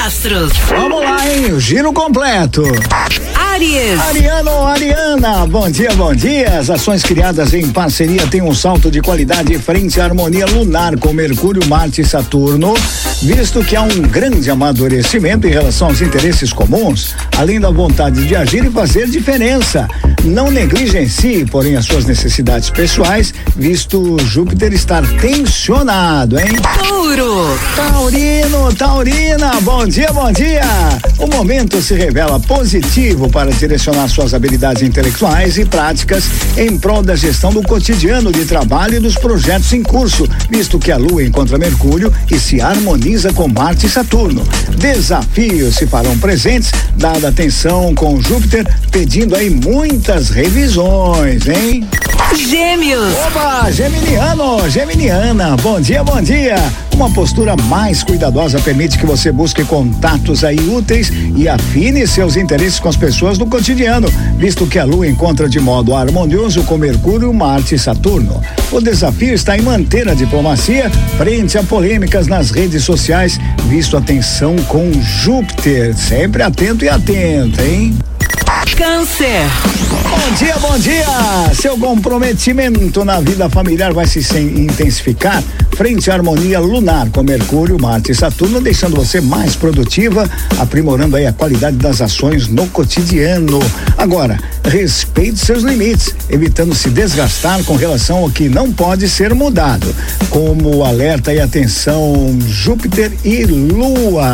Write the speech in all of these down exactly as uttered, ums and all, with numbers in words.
astros. Vamos lá, hein? O giro completo. Áries. Ariano, Ariana, bom dia, bom dia. As ações criadas em parceria têm um salto de qualidade frente à harmonia lunar com Mercúrio, Marte e Saturno, visto que há um grande amadurecimento em relação aos interesses comuns, além da vontade de agir e fazer diferença. Não negligencie, porém, as suas necessidades pessoais, visto Júpiter estar tensionado, hein? Touro. Taurino, Taurina, bom dia, bom dia. O momento se revela positivo para direcionar suas habilidades intelectuais e práticas em prol da gestão do cotidiano de trabalho e dos projetos em curso, visto que a Lua encontra Mercúrio e se harmoniza com Marte e Saturno. Desafios se farão presentes, dada a tensão com Júpiter, pedindo aí muitas revisões, hein? Gêmeos. Oba, geminiano, geminiana, bom dia, bom dia. Uma postura mais cuidadosa permite que você busque contatos aí úteis e afine seus interesses com as pessoas do cotidiano, visto que a Lua encontra de modo harmonioso com Mercúrio, Marte e Saturno. O desafio está em manter a diplomacia frente a polêmicas nas redes sociais, visto a tensão com Júpiter. Sempre atento e atenta, hein? Câncer. Bom dia, bom dia. Seu comprometimento na vida familiar vai se intensificar frente à harmonia lunar com Mercúrio, Marte e Saturno, deixando você mais produtiva, aprimorando aí a qualidade das ações no cotidiano. Agora, respeite seus limites, evitando se desgastar com relação ao que não pode ser mudado, como alerta e atenção Júpiter e Lua.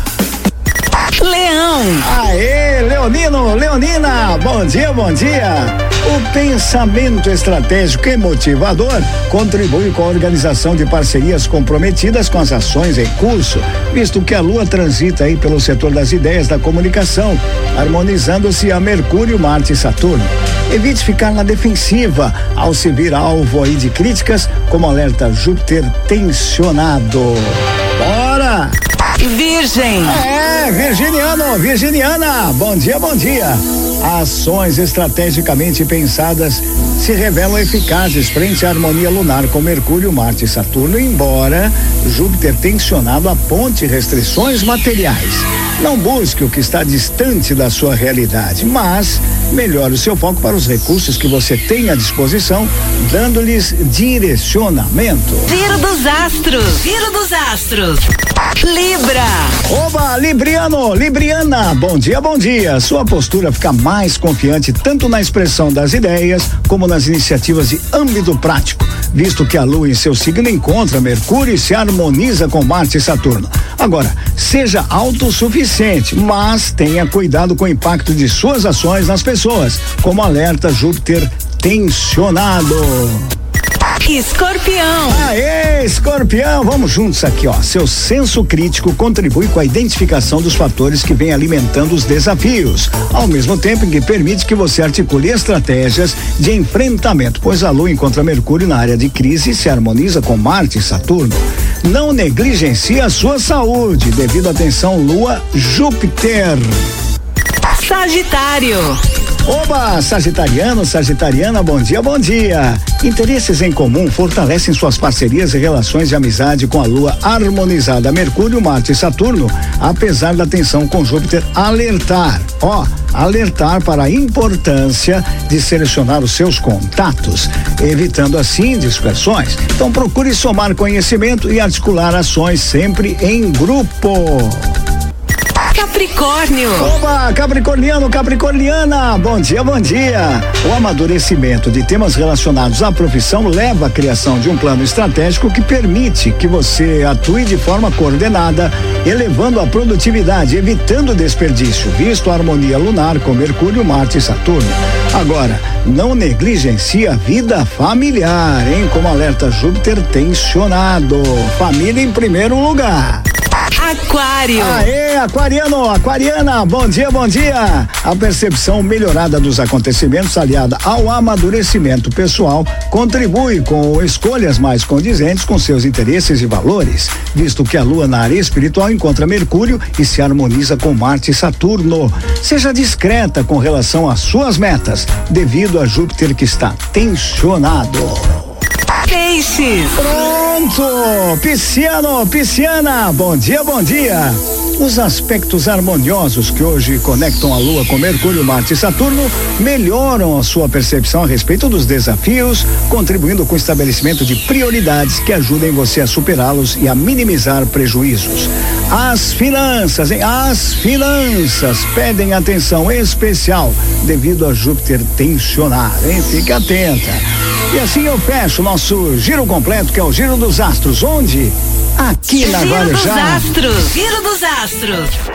Leão. Aê, Leonino, Leonina, bom dia, bom dia. O pensamento estratégico e motivador contribui com a organização de parcerias comprometidas com as ações em curso, visto que a Lua transita aí pelo setor das ideias da comunicação, harmonizando-se a Mercúrio, Marte e Saturno. Evite ficar na defensiva ao se vir alvo aí de críticas, como alerta Júpiter tensionado. Bora! Virgem. É, virginiano, virginiana, bom dia, bom dia. Ações estrategicamente pensadas se revelam eficazes frente à harmonia lunar com Mercúrio, Marte e Saturno, embora Júpiter tensionado aponte restrições materiais. Não busque o que está distante da sua realidade, mas melhore o seu foco para os recursos que você tem à disposição, dando-lhes direcionamento. Giro dos astros. Giro dos astros. Libra. Oba, Libriano, Libriana, bom dia, bom dia. Sua postura fica mais confiante tanto na expressão das ideias como nas iniciativas de âmbito prático, visto que a Lua em seu signo encontra Mercúrio e se harmoniza com Marte e Saturno. Agora, seja autossuficiente, mas tenha cuidado com o impacto de suas ações nas pessoas, como alerta Júpiter tensionado. Escorpião. Aê, Escorpião, vamos juntos aqui, ó. Seu senso crítico contribui com a identificação dos fatores que vêm alimentando os desafios, ao mesmo tempo em que permite que você articule estratégias de enfrentamento, pois a Lua encontra Mercúrio na área de crise e se harmoniza com Marte e Saturno. Não negligencie a sua saúde devido à tensão Lua-Júpiter. Sagitário. Oba, sagitariano, sagitariana, bom dia, bom dia. Interesses em comum fortalecem suas parcerias e relações de amizade com a Lua harmonizada Mercúrio, Marte e Saturno, apesar da tensão com Júpiter alertar, ó, alertar para a importância de selecionar os seus contatos, evitando assim dispersões. Então procure somar conhecimento e articular ações sempre em grupo. Capricórnio. Oba, capricorniano, capricorniana, bom dia, bom dia. O amadurecimento de temas relacionados à profissão leva à criação de um plano estratégico que permite que você atue de forma coordenada, elevando a produtividade, evitando desperdício, visto a harmonia lunar com Mercúrio, Marte e Saturno. Agora, não negligencie a vida familiar, hein? Como alerta Júpiter tensionado. Família em primeiro lugar. Aquário. Aê, aquariano, aquariana, bom dia, bom dia. A percepção melhorada dos acontecimentos aliada ao amadurecimento pessoal contribui com escolhas mais condizentes com seus interesses e valores, visto que a Lua na área espiritual encontra Mercúrio e se harmoniza com Marte e Saturno. Seja discreta com relação às suas metas, devido a Júpiter que está tensionado. Peixes. Pronto! Pisciano, pisciana, bom dia, bom dia. Os aspectos harmoniosos que hoje conectam a Lua com Mercúrio, Marte e Saturno melhoram a sua percepção a respeito dos desafios, contribuindo com o estabelecimento de prioridades que ajudem você a superá-los e a minimizar prejuízos. As finanças, hein? As finanças pedem atenção especial devido a Júpiter tensionar, hein? Fique atenta. E assim eu fecho o nosso giro completo, que é o Giro dos Astros, onde? Aqui na Giro dos Guarujá. Astros. Giro dos Astros.